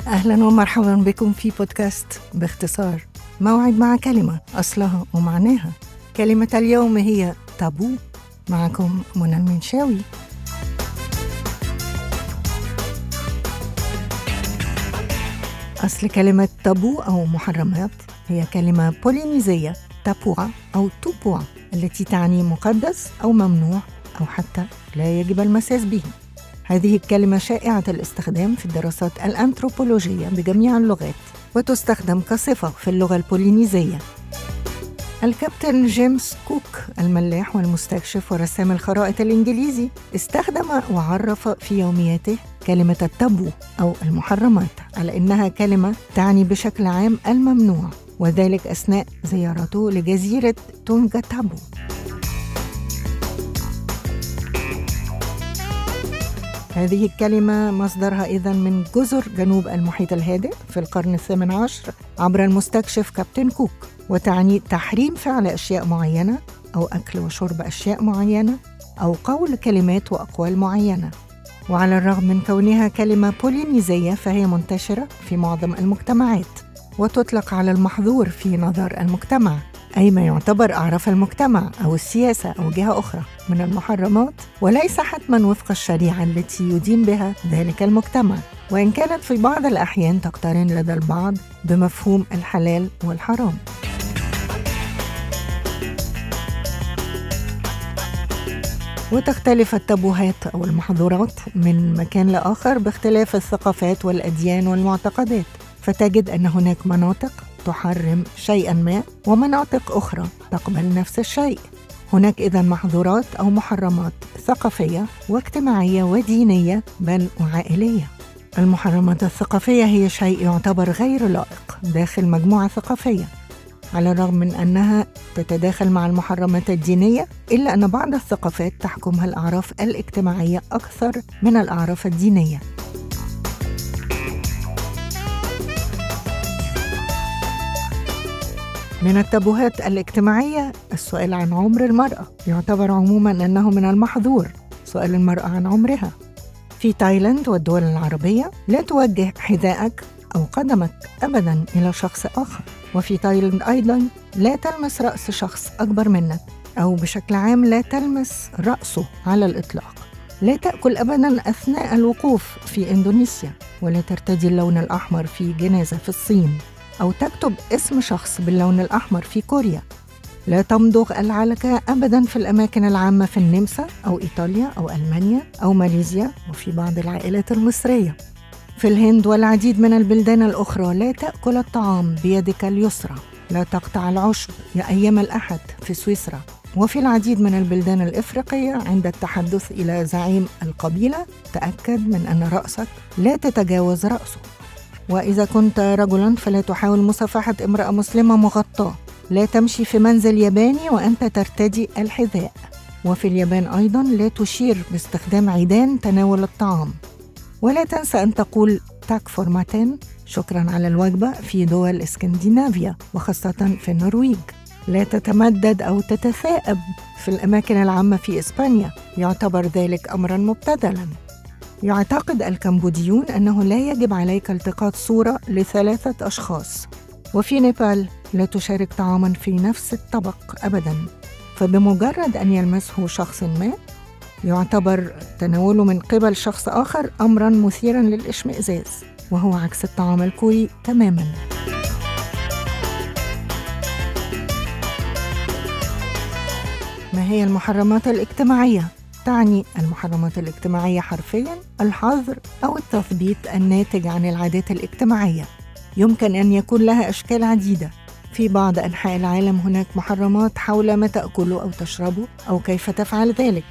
أهلا ومرحبا بكم في بودكاست باختصار، موعد مع كلمة أصلها ومعناها. كلمة اليوم هي تابو. معكم منى المنشاوي. أصل كلمة تابو أو محرمات هي كلمة بولينيزية تابوع أو توبوع، التي تعني مقدس أو ممنوع أو حتى لا يجب المساس به. هذه الكلمة شائعة الاستخدام في الدراسات الأنثروبولوجية بجميع اللغات، وتستخدم كصفة في اللغة البولينيزية. الكابتن جيمس كوك الملاح والمستكشف ورسام الخرائط الإنجليزي استخدم وعرف في يومياته كلمة التابو أو المحرمات على إنها كلمة تعني بشكل عام الممنوع، وذلك أثناء زيارته لجزيرة تونغا تابو. هذه الكلمة مصدرها إذن من جزر جنوب المحيط الهادئ في القرن 18 عبر المستكشف كابتن كوك، وتعني تحريم فعل أشياء معينة أو أكل وشرب أشياء معينة أو قول كلمات وأقوال معينة. وعلى الرغم من كونها كلمة بولينيزية فهي منتشرة في معظم المجتمعات، وتطلق على المحظور في نظر المجتمع، أي ما يعتبر أعراف المجتمع أو السياسة أو جهة أخرى من المحرمات، وليس حتماً وفق الشريعة التي يدين بها ذلك المجتمع، وإن كانت في بعض الأحيان تقترن لدى البعض بمفهوم الحلال والحرام. وتختلف التابوهات أو المحظورات من مكان لآخر باختلاف الثقافات والأديان والمعتقدات، فتجد أن هناك مناطق تحرم شيئاً ما ومناطق أخرى تقبل نفس الشيء. هناك إذن محظورات أو محرمات ثقافية واجتماعية ودينية بل وعائلية. المحرمات الثقافية هي شيء يعتبر غير لائق داخل مجموعة ثقافية، على الرغم من أنها تتداخل مع المحرمات الدينية، إلا أن بعض الثقافات تحكمها الأعراف الاجتماعية أكثر من الأعراف الدينية. من التابوهات الاجتماعية السؤال عن عمر المرأة، يعتبر عموماً أنه من المحظور سؤال المرأة عن عمرها. في تايلاند والدول العربية لا توجه حذائك أو قدمك أبداً إلى شخص آخر، وفي تايلاند أيضاً لا تلمس رأس شخص أكبر منك، أو بشكل عام لا تلمس رأسه على الإطلاق. لا تأكل أبداً أثناء الوقوف في إندونيسيا، ولا ترتدي اللون الأحمر في جنازة في الصين، أو تكتب اسم شخص باللون الأحمر في كوريا. لا تمضغ العلكة أبداً في الأماكن العامة في النمسا أو إيطاليا أو ألمانيا أو ماليزيا وفي بعض العائلات المصرية. في الهند والعديد من البلدان الأخرى لا تأكل الطعام بيدك اليسرى. لا تقطع العشب أيام الأحد في سويسرا. وفي العديد من البلدان الإفريقية عند التحدث إلى زعيم القبيلة تأكد من أن رأسك لا تتجاوز رأسه. وإذا كنت رجلاً فلا تحاول مصافحة امرأة مسلمة مغطاة. لا تمشي في منزل ياباني وأنت ترتدي الحذاء. وفي اليابان أيضاً لا تشير باستخدام عيدان تناول الطعام. ولا تنسى أن تقول تاك فورماتين شكراً على الوجبة في دول اسكندنافيا وخاصة في النرويج. لا تتمدد أو تتثاءب في الأماكن العامة في إسبانيا، يعتبر ذلك أمراً مبتذلاً. يعتقد الكمبوديون أنه لا يجب عليك التقاط صورة ل3 أشخاص. وفي نيبال لا تشارك طعاماً في نفس الطبق أبداً، فبمجرد أن يلمسه شخص ما يعتبر تناوله من قبل شخص آخر أمراً مثيراً للإشمئزاز، وهو عكس الطعام الكوري تماماً. ما هي المحرمات الاجتماعية؟ تعني المحرمات الاجتماعية حرفياً الحظر أو التثبيت الناتج عن العادات الاجتماعية. يمكن أن يكون لها أشكال عديدة. في بعض أنحاء العالم هناك محرمات حول ما تأكله أو تشربه أو كيف تفعل ذلك.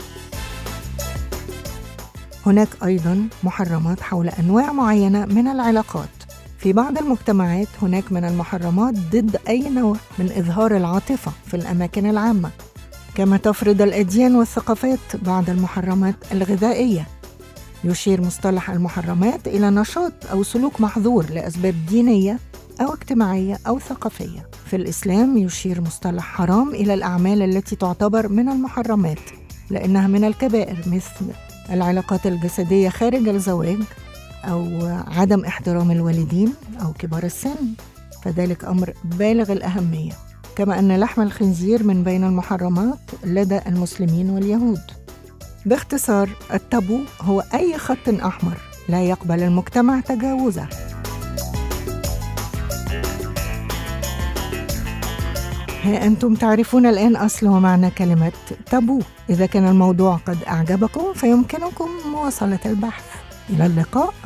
هناك أيضاً محرمات حول أنواع معينة من العلاقات. في بعض المجتمعات هناك من المحرمات ضد أي نوع من إظهار العاطفة في الأماكن العامة، كما تفرض الأديان والثقافات بعض المحرمات الغذائية. يشير مصطلح المحرمات إلى نشاط أو سلوك محظور لأسباب دينية أو اجتماعية أو ثقافية. في الإسلام يشير مصطلح حرام إلى الأعمال التي تعتبر من المحرمات لأنها من الكبائر، مثل العلاقات الجسدية خارج الزواج أو عدم احترام الوالدين أو كبار السن، فذلك أمر بالغ الأهمية. كما أن لحم الخنزير من بين المحرمات لدى المسلمين واليهود. باختصار، التابو هو أي خط أحمر لا يقبل المجتمع تجاوزه. ها أنتم تعرفون الآن أصل ومعنى كلمة تابو. إذا كان الموضوع قد أعجبكم فيمكنكم مواصلة البحث. إلى اللقاء.